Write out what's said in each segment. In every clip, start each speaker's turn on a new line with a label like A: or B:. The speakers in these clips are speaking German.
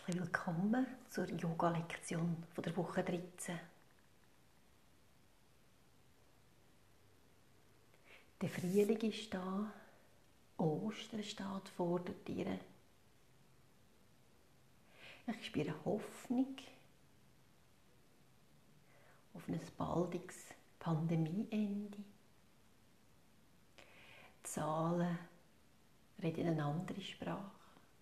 A: Herzlich willkommen zur Yoga-Lektion der Woche 13. Der Frühling ist da, Ostern steht vor der Tür. Ich spüre Hoffnung auf ein baldiges Pandemieende. Die Zahlen reden eine andere Sprache.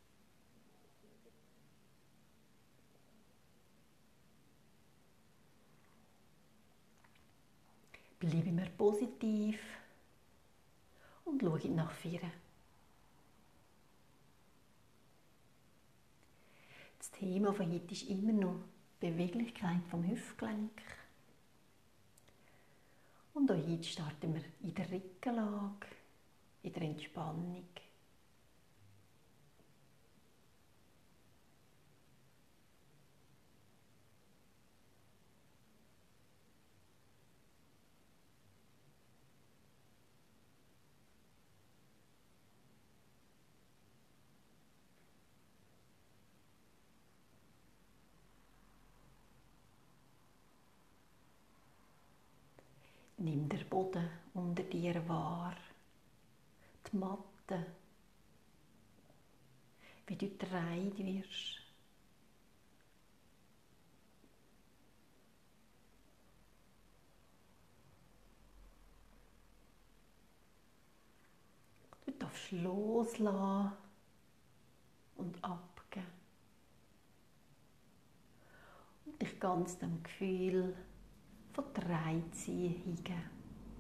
A: Bleiben wir positiv und schauen nach vorne. Das Thema von heute ist immer noch die Beweglichkeit vom Hüftgelenk. Und auch heute starten wir in der Rückenlage, in der Entspannung. Nimm den Boden unter dir wahr, die Matte, wie du gedreht wirst. Du darfst loslassen und abgeben. Und dich ganz dem Gefühl von Dreiziehen hingeben.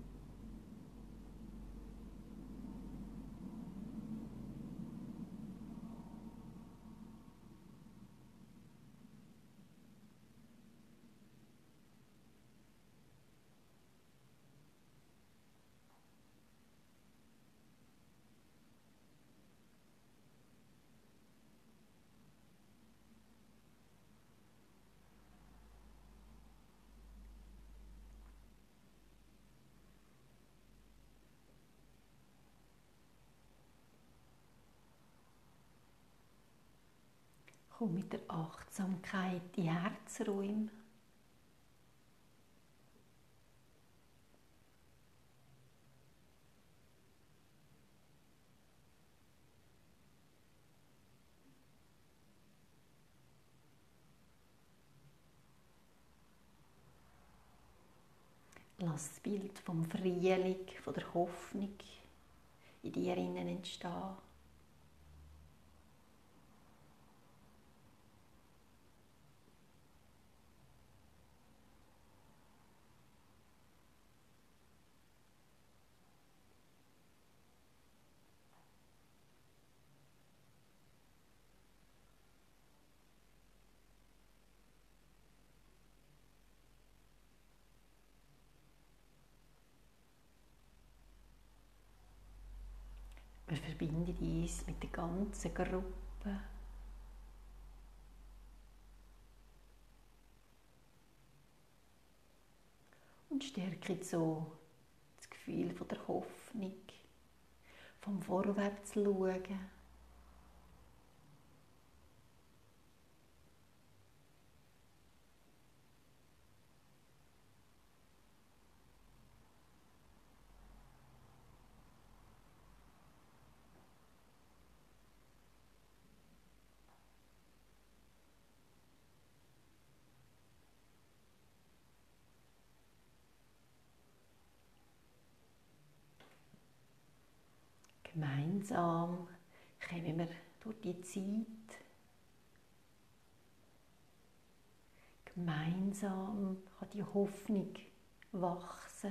A: Komm mit der Achtsamkeit in die Herzräume. Lass das Bild vom Frühling, von der Hoffnung in dir innen entstehen. Wir verbinden uns mit der ganzen Gruppe. Und stärken so das Gefühl von der Hoffnung, vom Vorwärtsschauen. Gemeinsam kommen wir durch die Zeit. Gemeinsam kann die Hoffnung wachsen.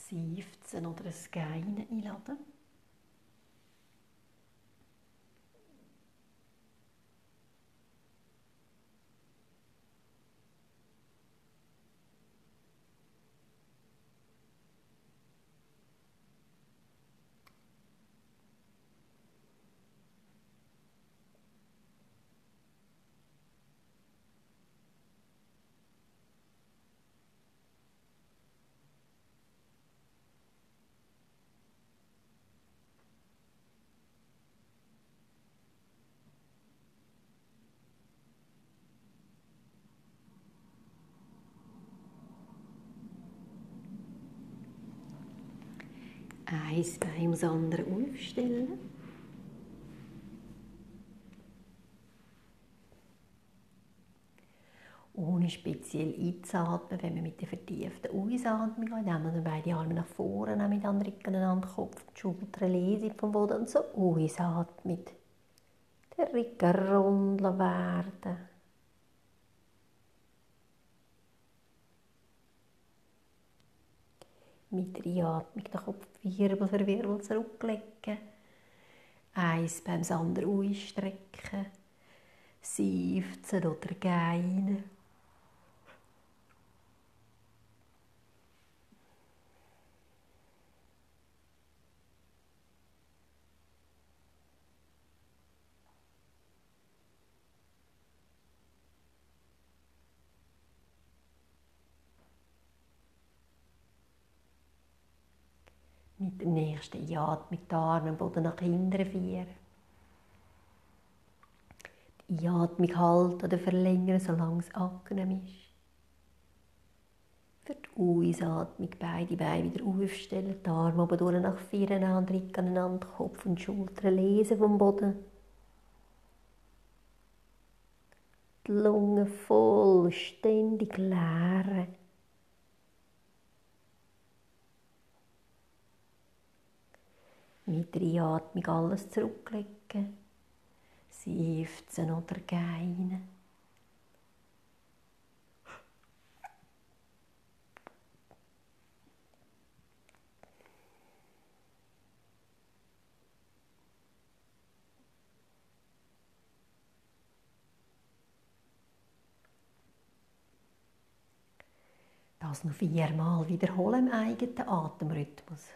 A: Seufzen oder ein Gähnen einladen. Ein Bein ums andere aufstellen. Ohne speziell einzuatmen, wenn wir mit der vertieften Ausatmung gehen, indem wir beide Arme nach vorne nehmen, mit anderen Rücken aneinander, Kopf und Schultern lesen vom Boden und so ausatmen. Der Rücken rund werden. Mit der Einatmung den Kopf Wirbel für Wirbel zurücklegen. Eins beim anderen ausstrecken. Seufzen oder gähnen. Mit der nächsten Einatmung die Arme am Boden nach hinten führen. Die Einatmung halten oder verlängern, solange es angenehm ist. Für die Ausatmung beide Beine wieder aufstellen, die Arme oben durch nach vorne, andere Rücken aneinander, Kopf und Schultern lesen vom Boden. Die Lungen vollständig leeren. Mit der Einatmung alles zurücklegen. Seufzen oder gähnen. Das noch 4-mal wiederholen im eigenen Atemrhythmus.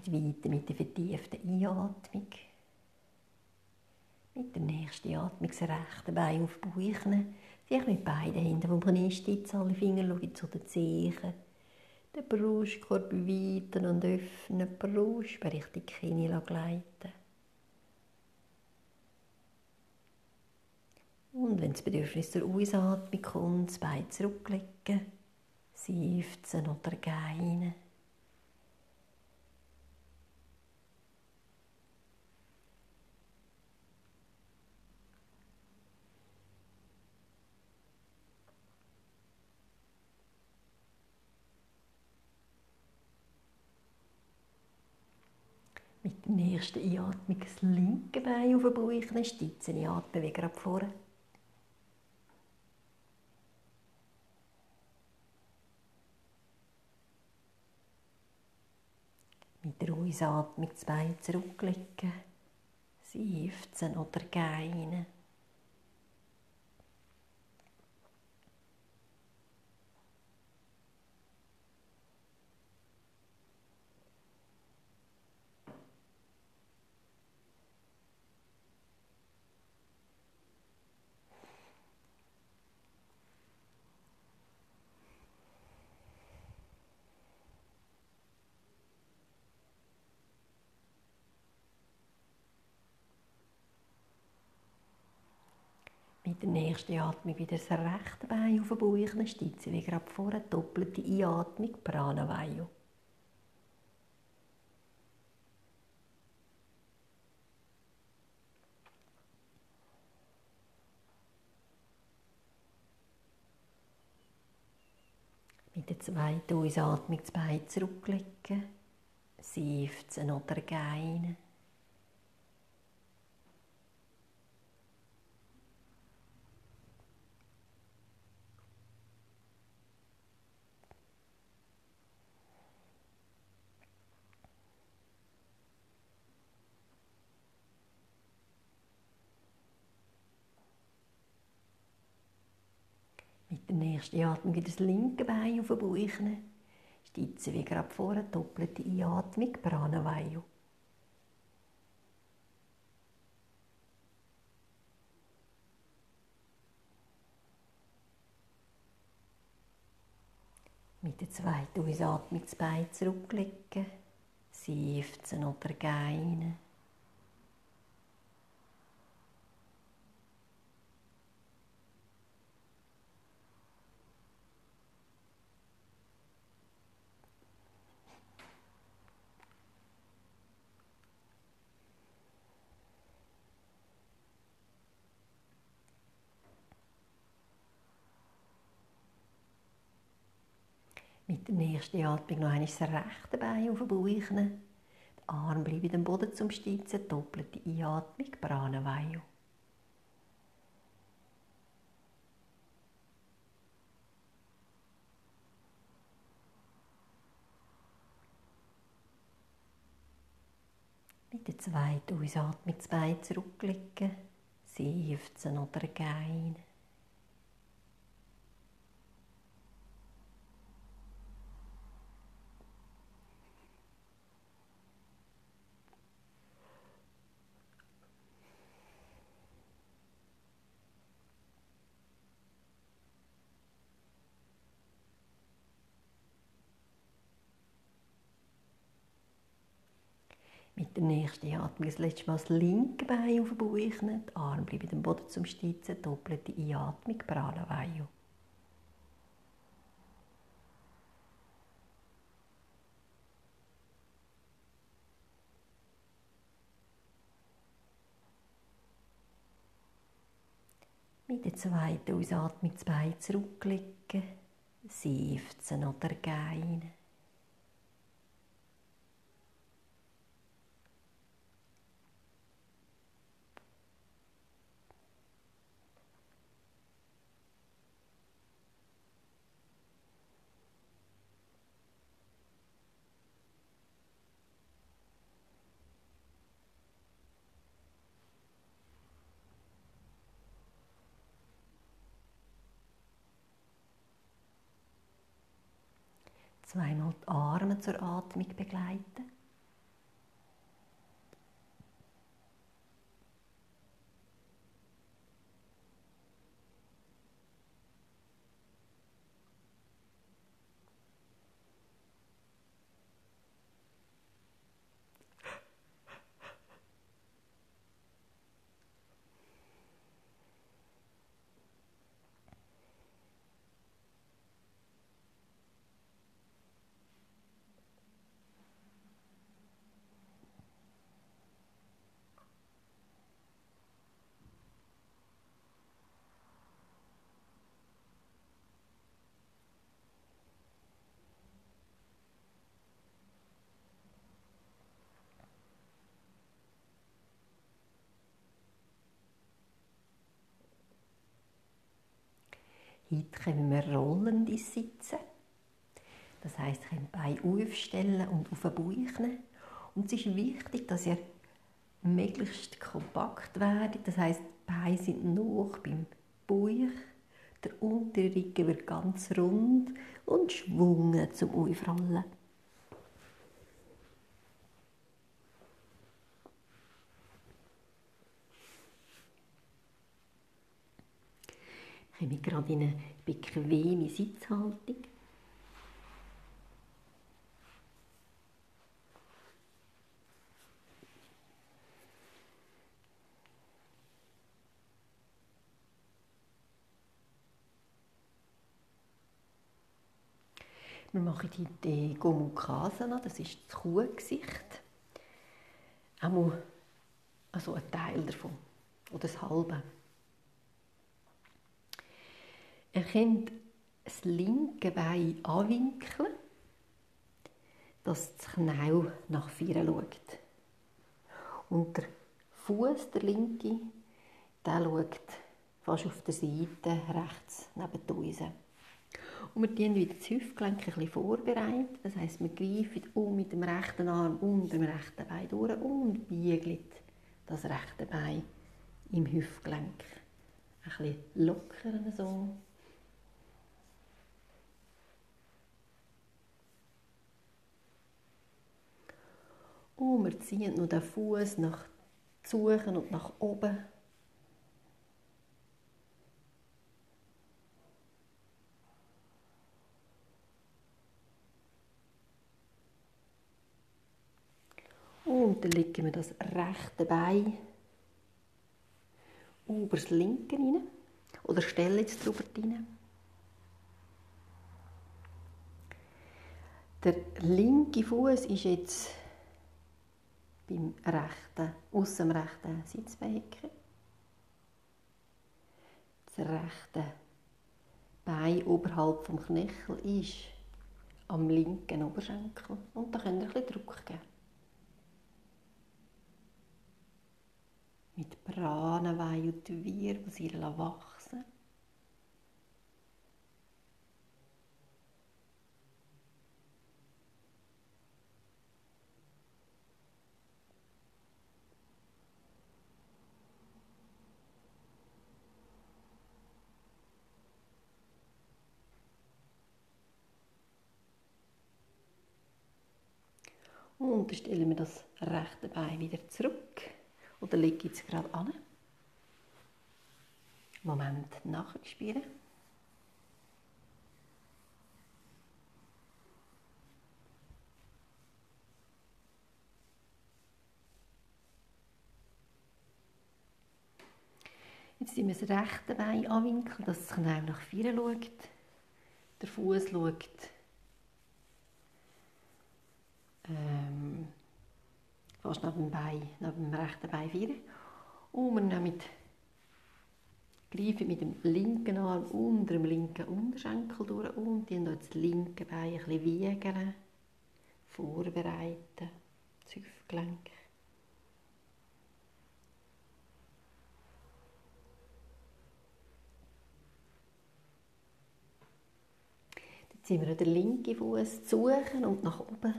A: geht weiter mit der vertieften Einatmung. Mit der nächsten Atmung das rechte Bein auf den Bauch nehmen. Sich mit beiden Händen vom Kniestitz, alle Finger schauen zu den Zehen. Den Brustkorb weiten und öffnen, die Brust Richtung Knie gleiten. Und wenn das Bedürfnis zur Ausatmung kommt, das Bein zurücklegen, seufzen oder gähnen. Mit der nächsten Einatmung das linke Bein auf den Bauch nehmen, stützen die Atmung wie gerade vorne. Mit der Ausatmung das Bein zurücklegen, seufzen oder gähnen. Mit der nächsten Atmung wieder das rechte Bein auf den Bauch nehmen, stützen wie gerade vorne, doppelte Einatmung, Pranavayu. Mit der zweiten Ausatmung das Bein zurücklegen, seufzen oder gähnen. Mit der nächsten Atmung wieder das linke Bein auf den Bauch nehmen, stützen wie gerade vorne, doppelte Einatmung, Pranavayu. Mit der zweiten Ausatmung das Bein zurücklegen, seufzen oder gähnen. Mit der nächsten Atmung noch einmal das rechte Bein auf den Bauch nehmen. Die Arme bleiben am Boden zum Stützen, doppelte Einatmung, Pranavayu. Mit der zweiten Ausatmung das Bein zurücklegen, seufzen oder gähnen. Mit der nächsten Atmung das letzte Mal das linke Bein auf den Bauch nehmen, die Arme bleiben am Boden zum Stützen, doppelte Einatmung, Pranavayu. Mit der zweiten Ausatmung das Bein zurücklegen, seufzen oder gähnen. Zweimal die Arme zur Atmung begleiten. Heute können wir rollend ins Sitzen. Das heisst, ihr könnt die Beine aufstellen und auf den Bauch nehmen. Und es ist wichtig, dass ihr möglichst kompakt werdet. Das heisst, die Beine sind noch beim Bauch. Der untere Rücken wird ganz rund und schwungen zum Aufrollen. Ich komme gerade in eine bequeme Sitzhaltung. Wir machen heute Gomukhasana, das ist das Kuhgesicht. Einmal also ein Teil davon, oder das halbe. Ihr könnt das linke Bein anwinkeln, dass das Knie nach vorne schaut. Und der Fuß, der linke, der schaut fast auf der Seite, rechts neben uns. Und wir tun wieder das Hüftgelenk ein bisschen vorbereiten. Das heisst, wir greifen mit dem rechten Arm unter dem rechten Bein durch und biegen das rechte Bein im Hüftgelenk. Ein bisschen lockern so. Und wir ziehen noch den Fuß nach Suchen und nach oben. Und dann legen wir das rechte Bein über das linke rein. Oder stellen jetzt drüber rein. Der linke Fuß ist jetzt beim rechten, aus dem rechten Sitzbecken. Das rechte Bein oberhalb vom Knöchel ist am linken Oberschenkel. Und da könnt ihr ein bisschen Druck geben. Mit Pranavai und die Wirbelsäule wachsen. Und dann stellen wir das rechte Bein wieder zurück. Oder lege ich es gerade an. Moment nachspielen. Jetzt ziehen wir das rechte Bein anwinkeln, dass das Knie nach vorne schaut. Der Fuß schaut fast neben dem rechten Bein vorne. Und wir nehmen greifen mit dem linken Arm unter dem linken Unterschenkel durch und das linke Bein ein bisschen wiegen, vorbereiten, das Hüftgelenk. Dann ziehen wir den linken Fuß zu und nach oben.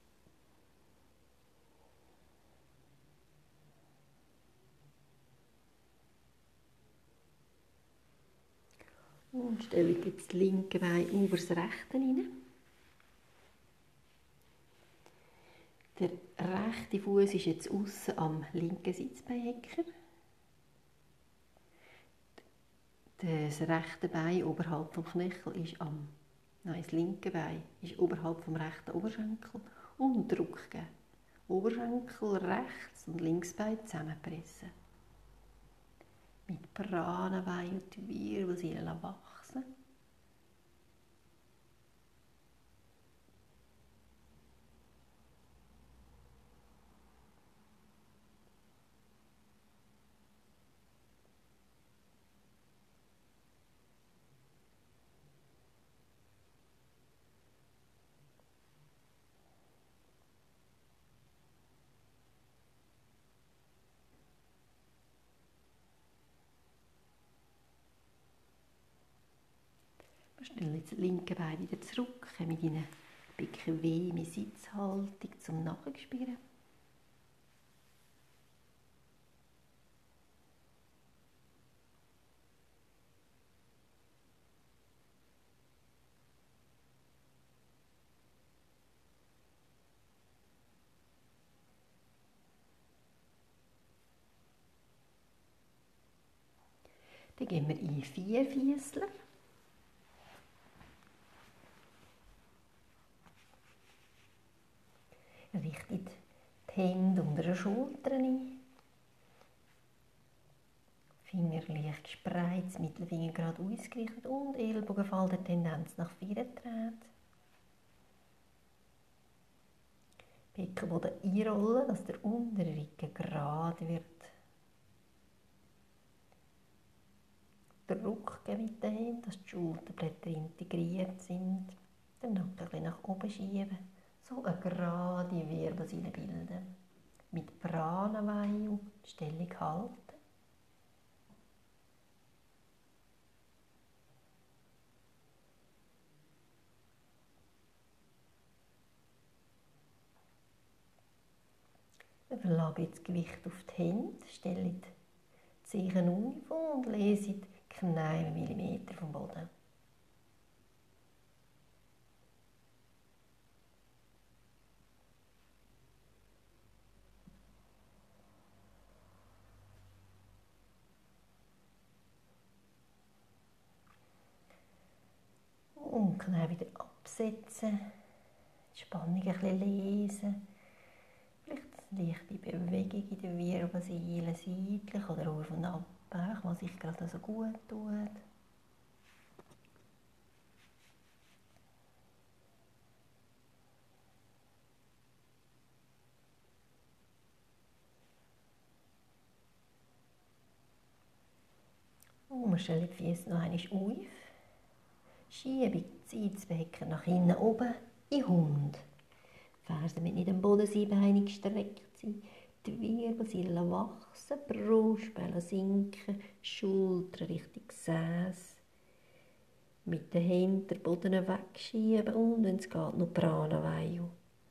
A: Und stelle jetzt das linke Bein über das rechte rein. Der rechte Fuß ist jetzt außen am linken Sitzbeinhecker. Das rechte Bein oberhalb vom Knöchel ist das linke Bein ist oberhalb vom rechten Oberschenkel. Und Druck geben. Oberschenkel rechts und links Bein zusammenpressen. Mit Pranavai und die Wirbelsäule wachsen. Wir stellen jetzt das linke Bein wieder zurück, kommen in eine bequeme Sitzhaltung zum Nachspüren. Dann gehen wir in Vierfüßler. Richtet die Hände unter den Schultern ein. Finger leicht gespreizt, Mittelfinger gerade ausgerichtet und Ellbogenfall der Tendenz nach vorne gedreht. Beckenboden einrollen, dass der untere Rücken gerade wird. Druck geben mit den Händen, dass die Schulterblätter integriert sind. Den Nacken ein bisschen nach oben schieben. So eine gerade Wirbelsäule bilden. Mit Pranavayu die Stellung halten. Wir verlagern jetzt das Gewicht auf die Hände, stellen die Zehen auf und lesen die Knie Millimeter vom Boden. Und Knie wieder absetzen, die Spannung ein bisschen lesen. Vielleicht eine leichte Bewegung in der Wirbelsäule, seitlich oder auf und ab, was sich gerade so gut tut. Und wir stellen die Füße noch einmal auf. Schiebe das Becken nach hinten oben in Hund. Fersen mit nicht am Boden beinig gestreckt sein. Die Wirbelsäule wachsen, Brustbeine sinken, Schultern Richtung Gesäß. Mit den Händen den Boden wegschieben und, wenn es geht, noch Pranavayu.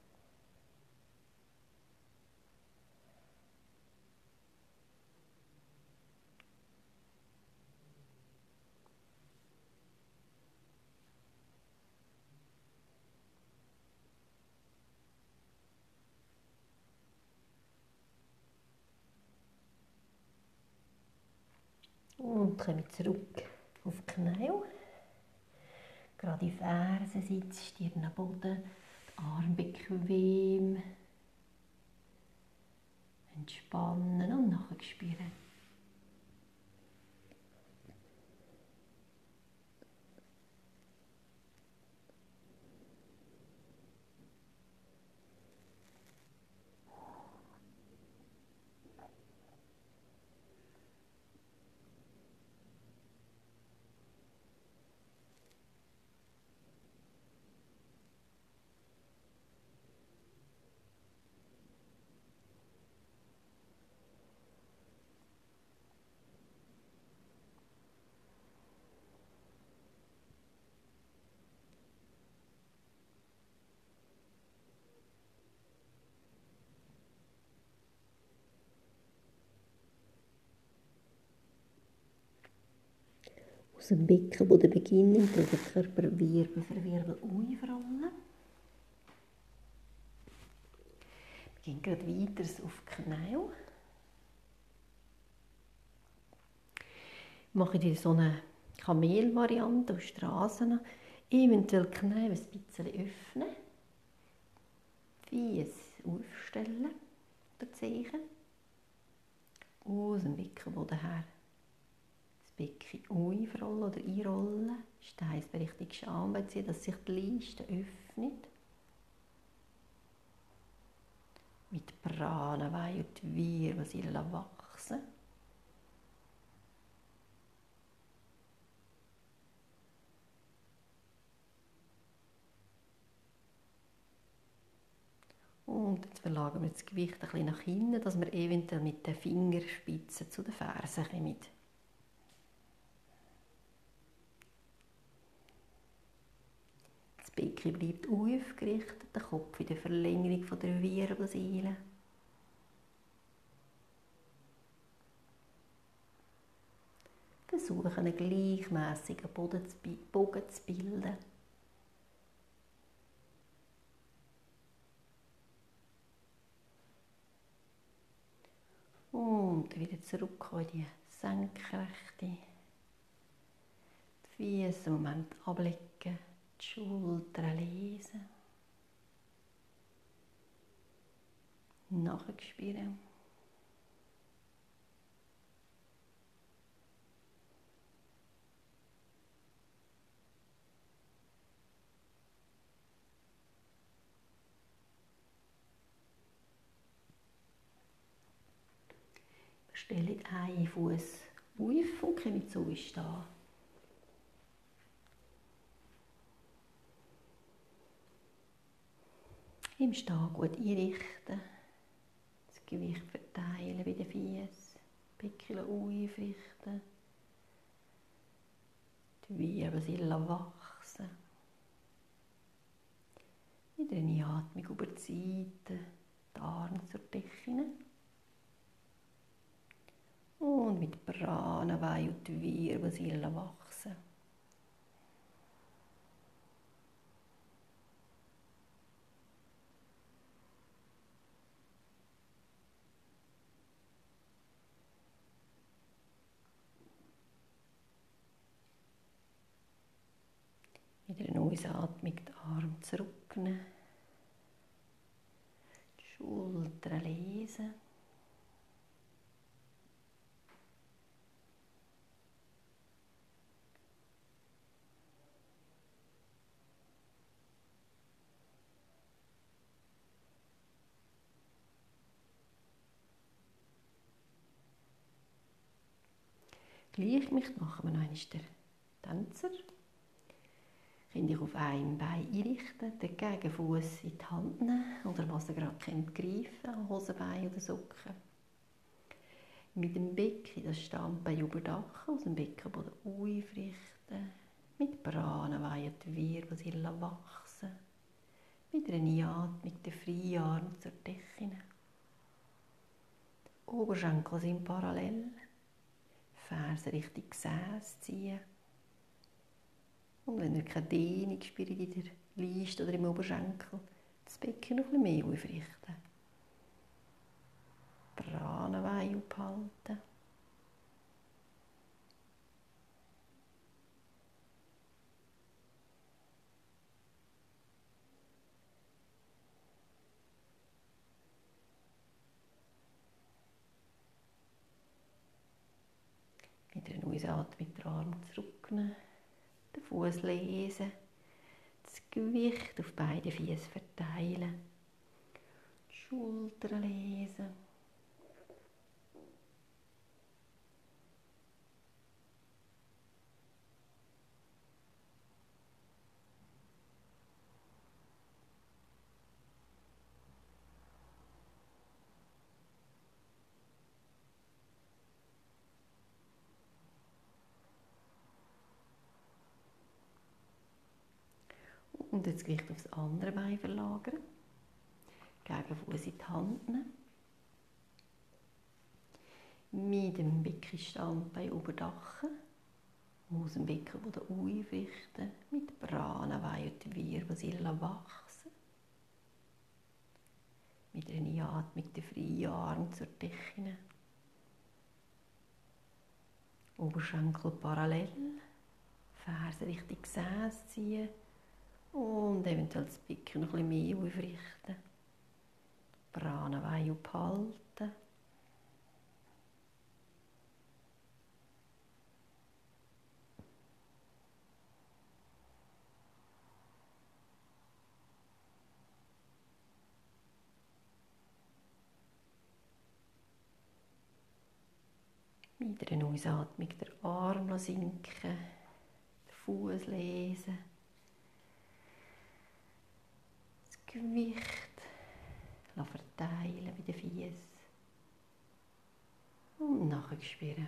A: Und kommen zurück auf die Knie. Gerade Fersen sitzen, Stirn am Boden, die Arme bequem. Entspannen und nachher spüren. Aus dem Beckenboden beginnen, den Körper Wirbel für Wirbel aufrollen. Wir gehen gerade weiter auf die Knie. Machen wir so eine Kamelvariante auf Straßen. Eventuell die Knie ein bisschen öffnen. Füße aufstellen, der Zehen. Aus dem Beckenboden her. Das Becken aufrollen oder einrollen. Steißbein Richtung Schambein ziehen, dass sich die Leiste öffnet. Mit Pranavayu die Wirbelsäule wachsen. Und jetzt verlagern wir das Gewicht ein bisschen nach hinten, dass wir eventuell mit den Fingerspitzen zu den Fersen kommen. Becken bleibt aufgerichtet, der Kopf in der Verlängerung der Wirbelsäule. Versuche einen gleichmäßigen Bogen zu bilden. Und wieder zurück in die Senkrechte. Die Füße im Moment ablegen, die Schultern lesen. Nachspüren. Stellen einen Fuß auf und kommen zu uns stehen. Im Stehen gut einrichten, das Gewicht verteilen bei den Füßen, Becken aufrichten, die Wirbelsäule wachsen. Wieder eine Atmung über die Seite, die Arme zur Decke. Und mit Pranavaya die Wirbelsäule wachsen. Wieder eine Ausatmung, die Arme zurücknehmen. Die Schultern lesen. Gleichgewicht machen wir noch einmal den Tänzer. Könnt ihr auf einem Bein einrichten, den Gegenfuß in die Hand nehmen oder was ihr gerade greifen, Hosenbein oder Socken. Mit dem Becken das Standbein überdachen, aus dem Beckenboden aufrichten. Mit Pranavaya die Wirbelsäule wachsen. Mit einer Einatmung den freien Arm zur Decke. Die Oberschenkel sind parallel. Fersen Richtung Gesäß ziehen. Und wenn ihr keine Dehnung spürt in der Leiste oder im Oberschenkel, das Becken noch ein bisschen mehr aufrichten. Pranavaya aufhalten. Wieder eine Ausatmung, den Arm zurücknehmen, den Fuß lesen, das Gewicht auf beide Füße verteilen, die Schultern lesen. Und jetzt Gewicht aufs andere Bein verlagern. Gegenfuß in die Hand nehmen. Mit dem Beckenstandbein überdachen. Aus dem Beckenboden aufrichten. Mit Pranavaya die Wirbelsäule wachsen. Mit einer Atmung den freien Arm zur Decke. Oberschenkel parallel. Fersen Richtung Gesäß ziehen. Und eventuell das Becken noch ein bisschen mehr aufrichten. Pranavaya behalten. Mit einer Ausatmung den Arm noch sinken, den Fuß lesen. Das Gewicht verteilen bei den Füßen. Und nachher spüren.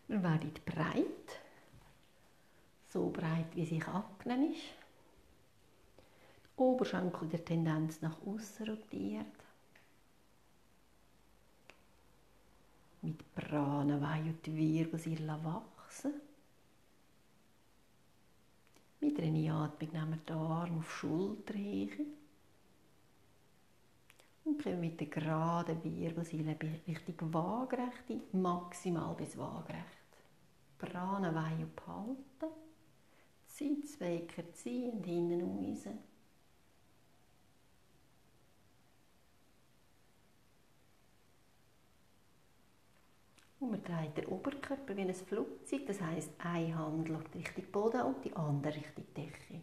A: Wir werden breit, so breit wie sich angenehm ist. Der Oberschenkel der Tendenz nach außen rotiert. Mit Pranavaya die Wirbelsäule wachsen. Mit einer Einatmung nehmen wir den Arm auf Schulterhöhe. Und kommen mit der geraden Wirbelsäule Richtung Waagrechte, maximal bis Waagrecht. Pranavaya behalten. Sitzbecken ziehen und hinten raus. Und man dreht den Oberkörper wie ein Flugzeug, das heisst, eine Hand schaut Richtung Boden und die andere Richtung Decke.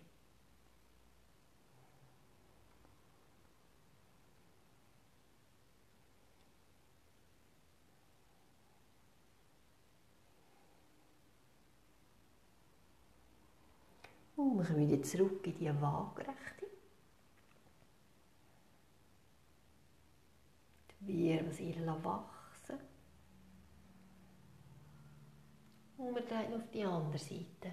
A: Und wir kommen wieder zurück in die Waagrechte. Die Wirbelsäule wachsen. Und wir drehen auf die andere Seite.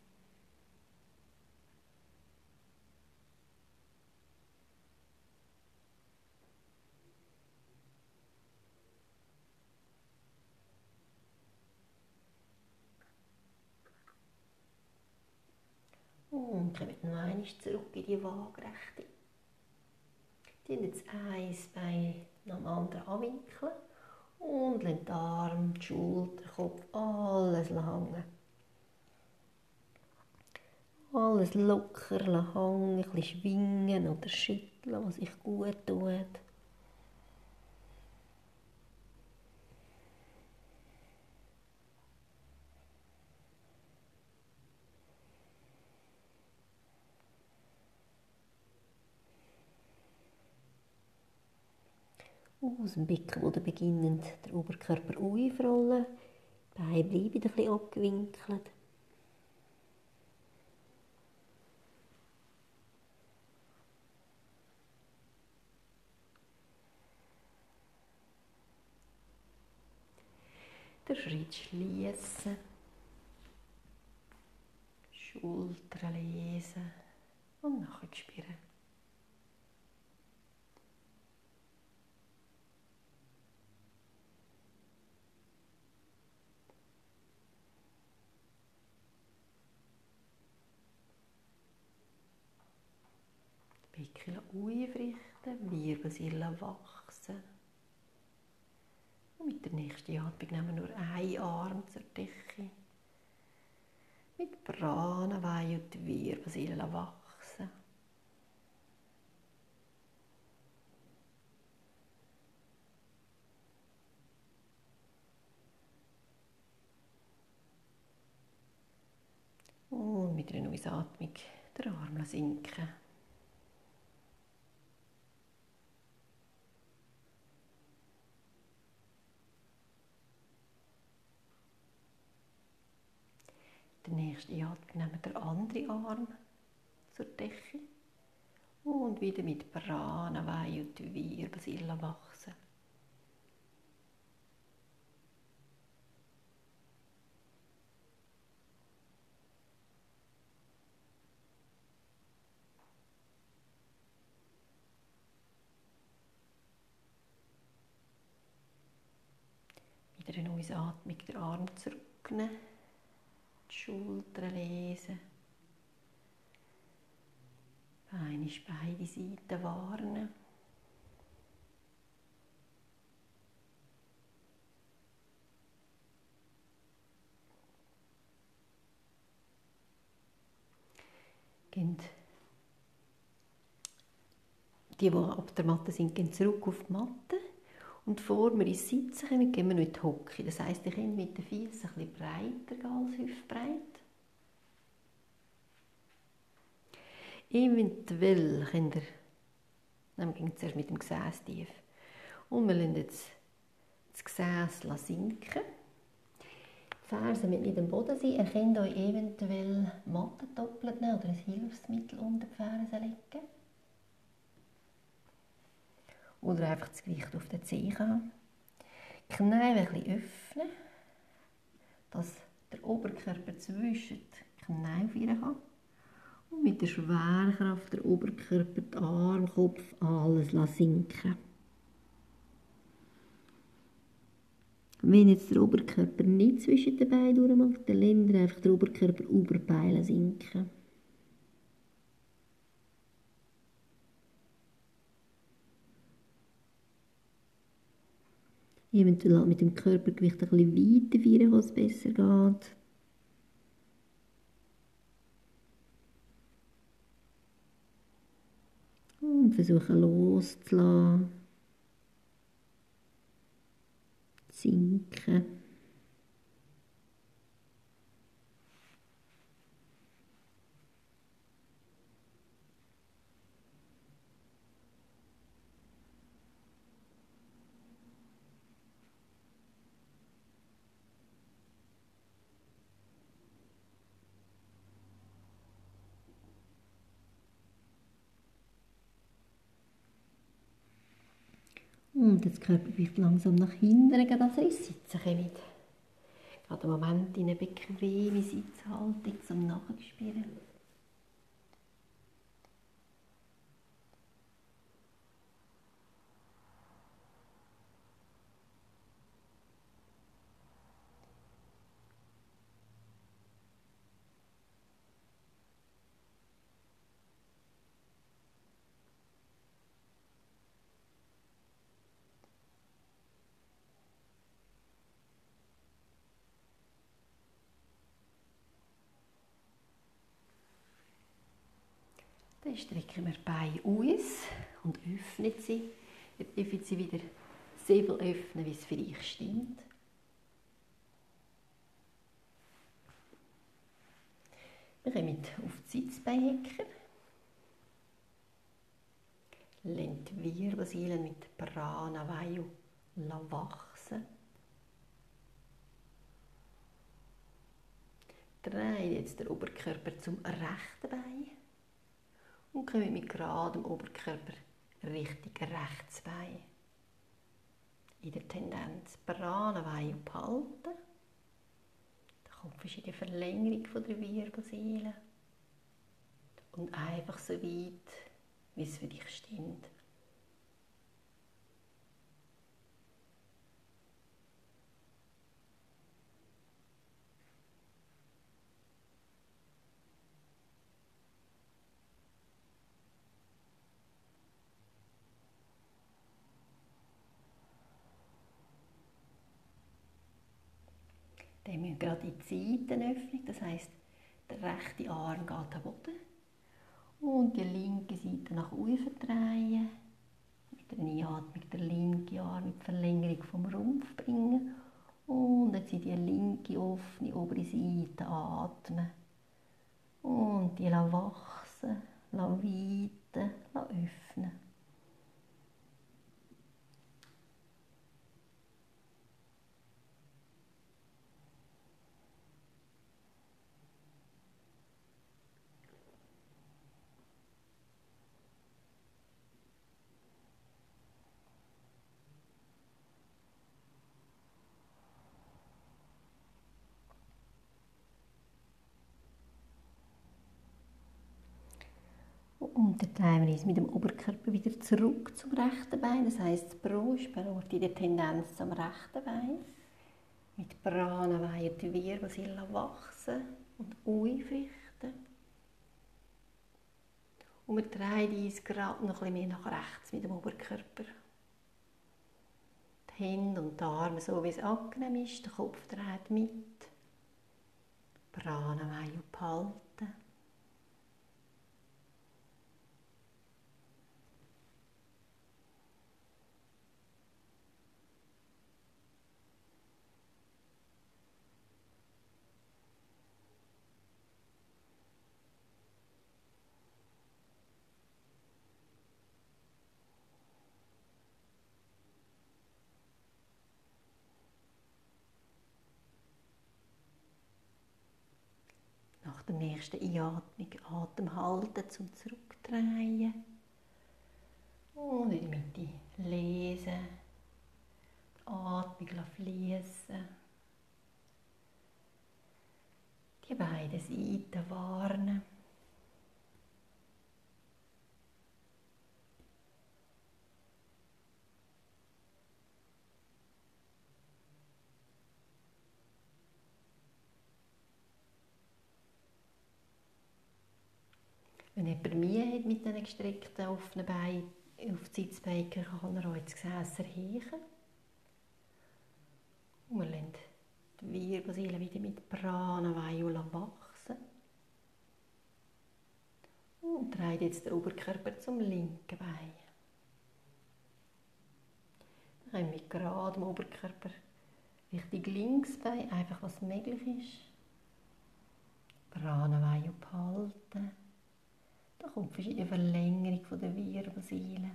A: Und kommen noch einmal zurück in die Waagrechte. Dann jetzt ein Bein nach dem anderen anwinkeln. Und lassen die Arme, die Schulter, den Kopf, alles hängen. Alles locker hängen, ein bisschen schwingen oder schütteln, was sich gut tut. Aus dem Beckenboden beginnend der Oberkörper aufrollen. Die Beine bleiben ein bisschen abgewinkelt. Den Schritt schließen. Schultern lesen und nachher spüren. Becken aufrichten, Wirbelsäule wachsen. Und mit der nächsten Atmung nehmen wir nur einen Arm zur Decke. Mit Pranavaya die Wirbelsäule wachsen. Und mit einer Ausatmung den Arm sinken. Der nächste Atmung nehmen wir den anderen Arm zur Decke. Und wieder mit Pranavaya die Wirbelsäule wachsen. Wieder eine Ausatmung, den Arm zurücknehmen, die Schultern lesen, Beine beide Seiten warnen. Die auf der Matte sind, gehen zurück auf die Matte. Und bevor wir ins Sitzen kommen, gehen wir noch in die Hocke. Das heisst, ihr könnt mit den Füßen ein bisschen breiter gehen als hüftbreit. Eventuell könnt ihr, nehmen wir zuerst mit dem Gesäß tief. Und wir lassen jetzt das Gesäß sinken. Die Fersen müssen nicht am Boden sein. Ihr könnt euch eventuell Mattendoppel nehmen oder ein Hilfsmittel unter die Fersen legen. Oder einfach das Gewicht auf den Zehen haben. Die Knie ein bisschen öffnen. dass der Oberkörper zwischen die Knie führen kann. Und mit der Schwerkraft der Oberkörper, die Arme, Kopf, alles sinken. Wenn jetzt der Oberkörper nicht zwischen den Beinen durchmacht, dann lässt einfach der Oberkörper über die Beine sinken. Eventuell mit dem Körpergewicht ein bisschen weiter führen, was es besser geht. Und versuchen loszulassen. Sinken. Und das Körpergewicht langsam nach hinten, dass ihr ins Sitzen kommt. Gerade einen Moment in eine bequeme Sitzhaltung zum Nachspüren. Dann strecken wir die Beine aus und öffnen sie. Ihr dürft sie wieder so viel öffnen, wie es für euch stimmt. Wir kommen auf die Sitzbeinhöcker. Lasst die Wirbelsäule mit Pranavayu wachsen. Dreht jetzt den Oberkörper zum rechten Bein. Und kommt mit geradem Oberkörper Richtung rechtes Bein. In der Tendenz Pranavayu behalten. Der Kopf ist in der Verlängerung der Wirbelsäule. Und einfach so weit, wie es für dich stimmt. Dann müssen wir gerade in die Seitenöffnung, das heisst, der rechte Arm geht am Boden und die linke Seite nach oben drehen. Mit der Einatmung den linken Arm in die Verlängerung vom Rumpf bringen und jetzt in die linke offene obere Seite atmen. Und die wachsen, weiten, öffnen. Und dann drehen wir uns mit dem Oberkörper wieder zurück zum rechten Bein. Das heisst, die Brust beruht in der Tendenz zum rechten Bein. Mit Pranavayu die Wirbelsäule wachsen und aufrichten. Und wir drehen uns gerade noch ein bisschen mehr nach rechts mit dem Oberkörper. Die Hände und die Arme so, wie es angenehm ist. Der Kopf dreht mit. Pranavayu behalten. Nach der nächsten Einatmung Atem halten zum Zurückdrehen. Und in der Mitte lesen. Die Atmung fließen. Die beiden Seiten wahrnehmen. Wenn jemand Mühe hat mit diesen gestreckten offenen Beinen auf die Sitzbeinken, kann er auch ins Gesäß erheben. Und wir lassen die Wirbelsäule wieder mit Prana Vayu wachsen. Und dreht jetzt den Oberkörper zum linken Bein. Dann können wir mit geradem Oberkörper Richtung Linksbein, einfach was möglich ist. Prana Vayu behalten. Da kommt verschiedene Verlängerung von der Wirbelsäule.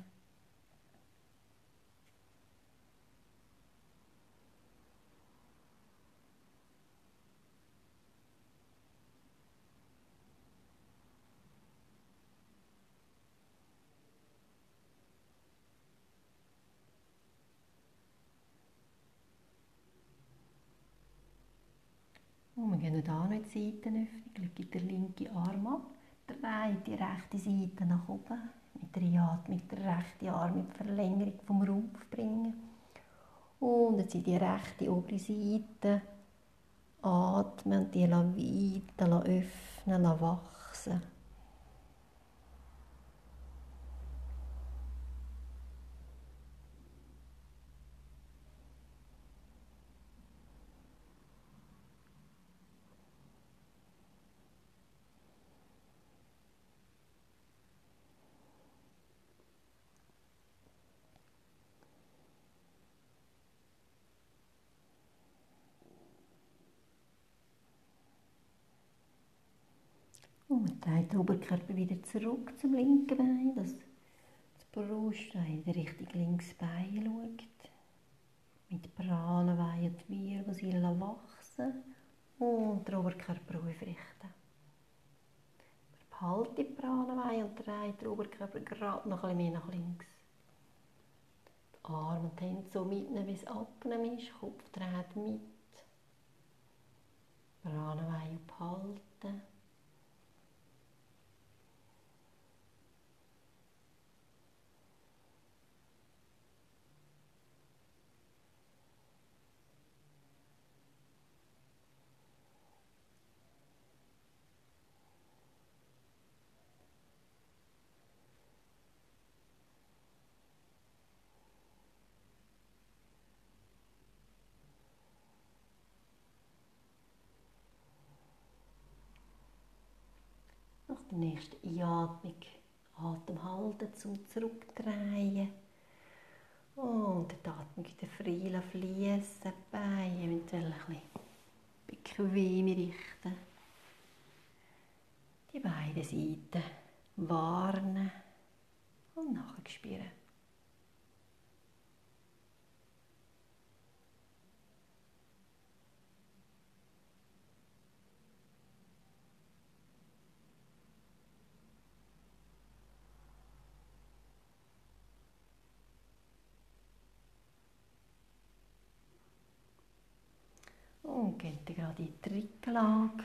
A: Und wir gehen hier noch in die Seitenöffnung, legen den linken Arm ab, dreht die rechte Seite nach oben, mit der Einatmung den rechten Arm in die Verlängerung vom Rumpf bringen. Und jetzt in die rechte obere Seite atmen und die weiter öffnen, wachsen. Und man dreht den Oberkörper wieder zurück zum linken Bein, dass das Brustbein in Richtung links Bein schaut. Mit Prana Vayu die Wirbelsäule wachsen und den Oberkörper aufrichten. Behalte die Prana Vayu und dreht den Oberkörper gerade noch ein bisschen mehr nach links. Die Arme und die Hände so mitnehmen, wie es abgenommen ist. Kopf dreht mit. Prana Vayu behalten. Nach der nächsten Einatmung Atem halten zum Zurückdrehen. Und die Atmung wieder frei fließen, Beine eventuell ein bisschen bequem richten. Die beiden Seiten wahrnehmen und nachher spüren. Und geht gerade in die Rückenlage.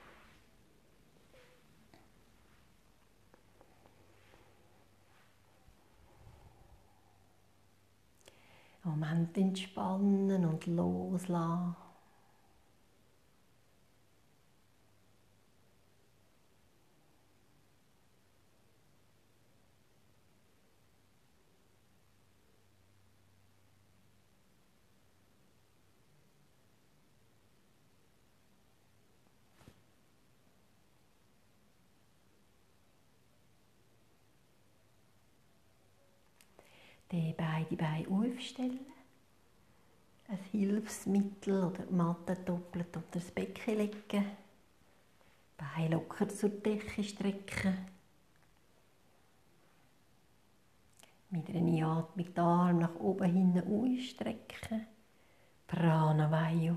A: Einen Moment entspannen und loslassen. Die beiden Beine aufstellen. Ein Hilfsmittel oder die Matte doppelt unter das Becken legen. Beine locker zur Decke strecken. Mit einer Einatmung den Arm nach oben hinten ausstrecken. Prana Vayu.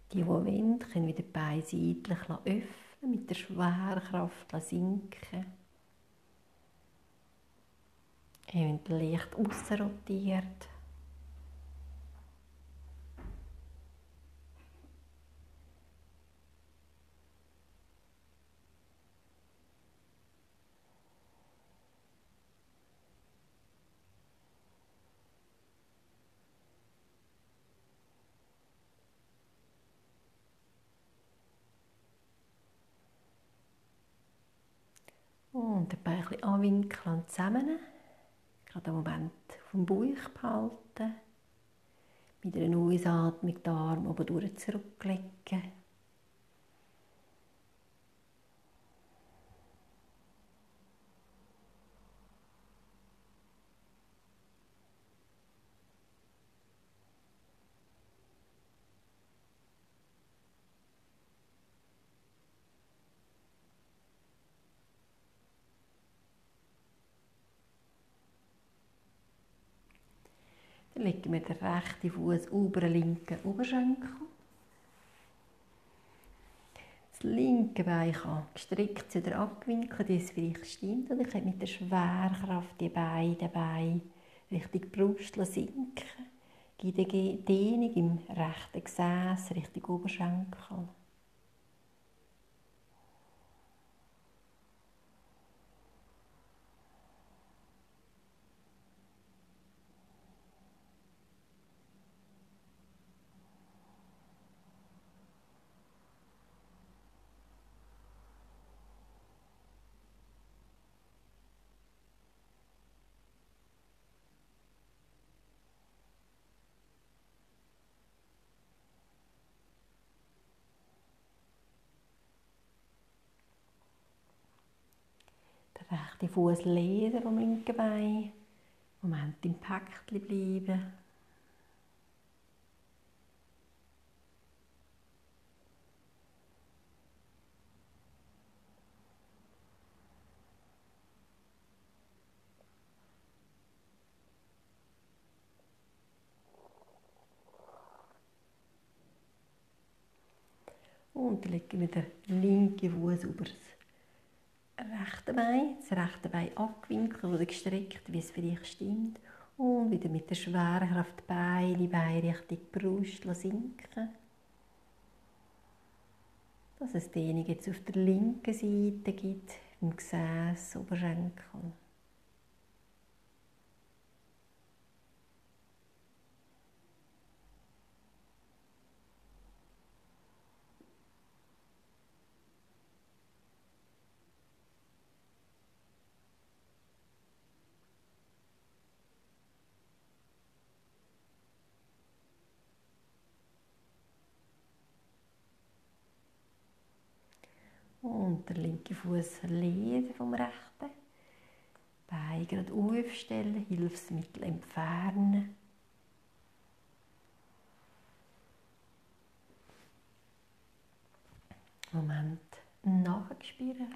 A: Die wollen, können wieder die Beine seitlich öffnen, mit der Schwerkraft sinken. Eventuell leicht ausrotiert. Und den Bein ein bisschen anwinkeln und zusammen. Gerade einen Moment auf dem Bauch behalten. Mit einer Ausatmung die Arme oben durch zurücklegen. Dann legen wir den rechten Fuß über den linken Oberschenkel. Das linke Bein kann gestreckt oder abgewinkelt, wie es vielleicht stimmt. Und ich kann mit der Schwerkraft die beiden Beine Richtung Brust sinken. Gibt eine Dehnung im rechten Gesäß Richtung Oberschenkel. Der rechte Fuß lesen vom linken Bein. Moment im Päckchen bleiben. Und dann legen wir den linken Fuß über das rechte Bein. Das rechte Bein abgewinkelt oder gestreckt, wie es vielleicht stimmt. Und wieder mit der Schwerkraft Beine Richtung Brust sinken. Dass es Dehnung jetzt auf der linken Seite gibt, im Gesäß, Oberschenkel. Und der linke Fuß lesen vom rechten. Beine gerade aufstellen, Hilfsmittel entfernen. Moment nachspüren.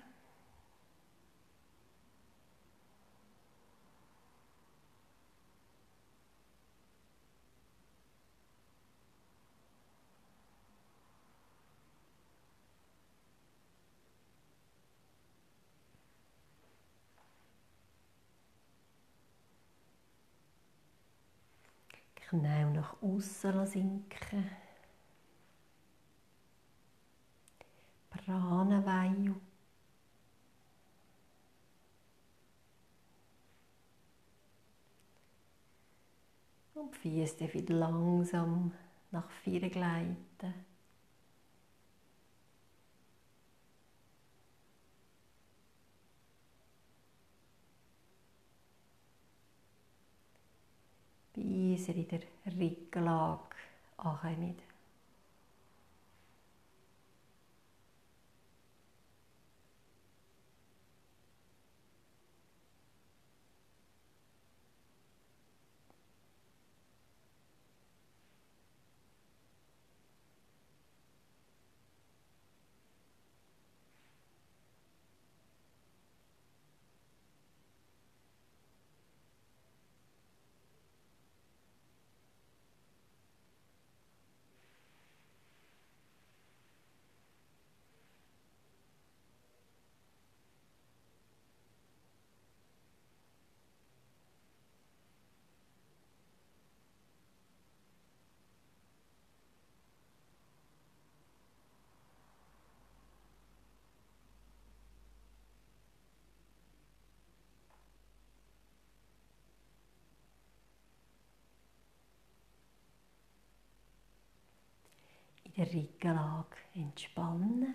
A: Knie nach außen sinken. Pranavayu. Und die Füße wieder langsam nach vorne gleiten. Bis ihr in der Rückenlage ankommt. in der Rückenlage entspannen.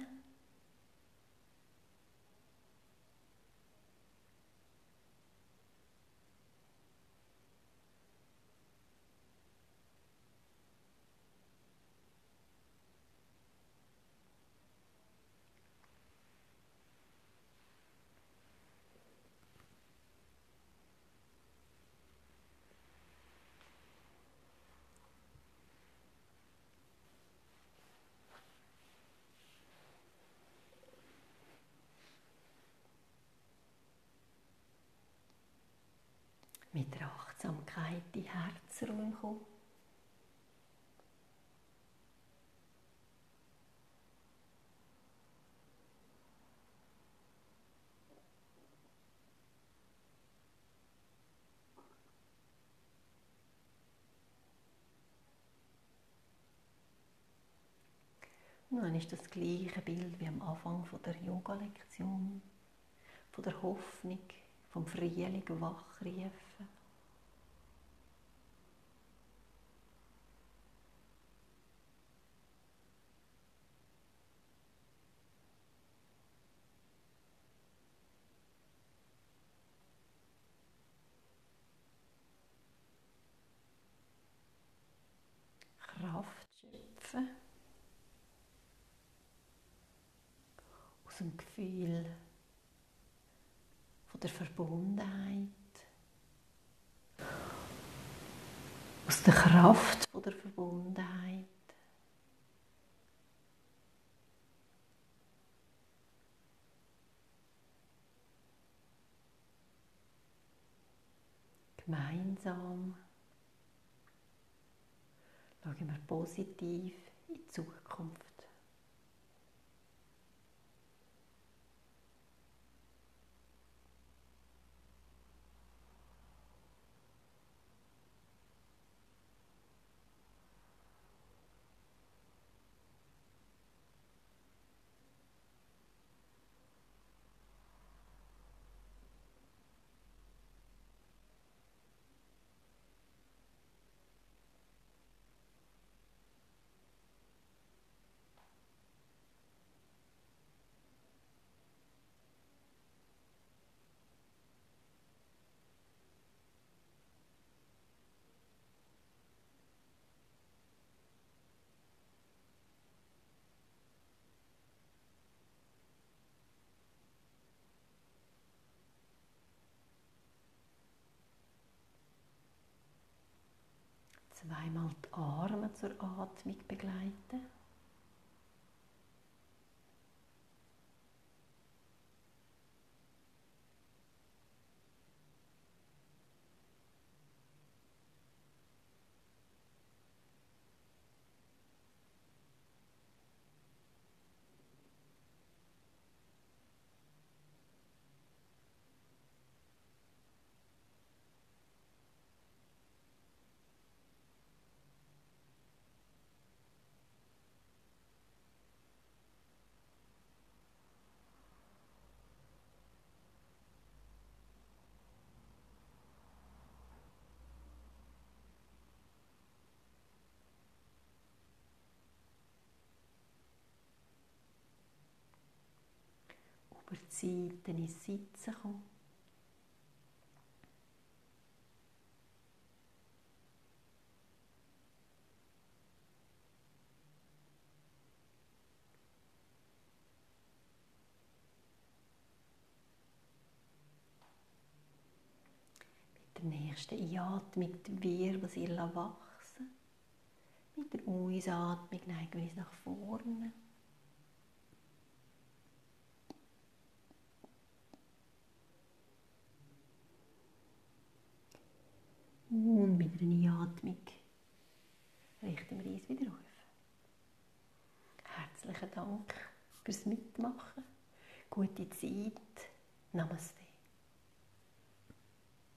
A: Mit der Achtsamkeit in den Herzraum kommen. Und dann ist das gleiche Bild wie am Anfang der Yoga-Lektion, von der Hoffnung, vom Frühling wachriefen. Kraft schöpfen aus dem Gefühl von der Verbundenheit, aus der Kraft von der Verbundenheit. Gemeinsam schauen wir positiv in die Zukunft. Zweimal die Arme zur Atmung begleiten. Über die Seiten ins Sitzen kommen. Mit der nächsten Einatmung die Wirbelsäule wachsen. Mit der Ausatmung neigen wir uns nach vorne. Und mit der Einatmung richten wir uns wieder auf. Herzlichen Dank fürs Mitmachen. Gute Zeit. Namaste.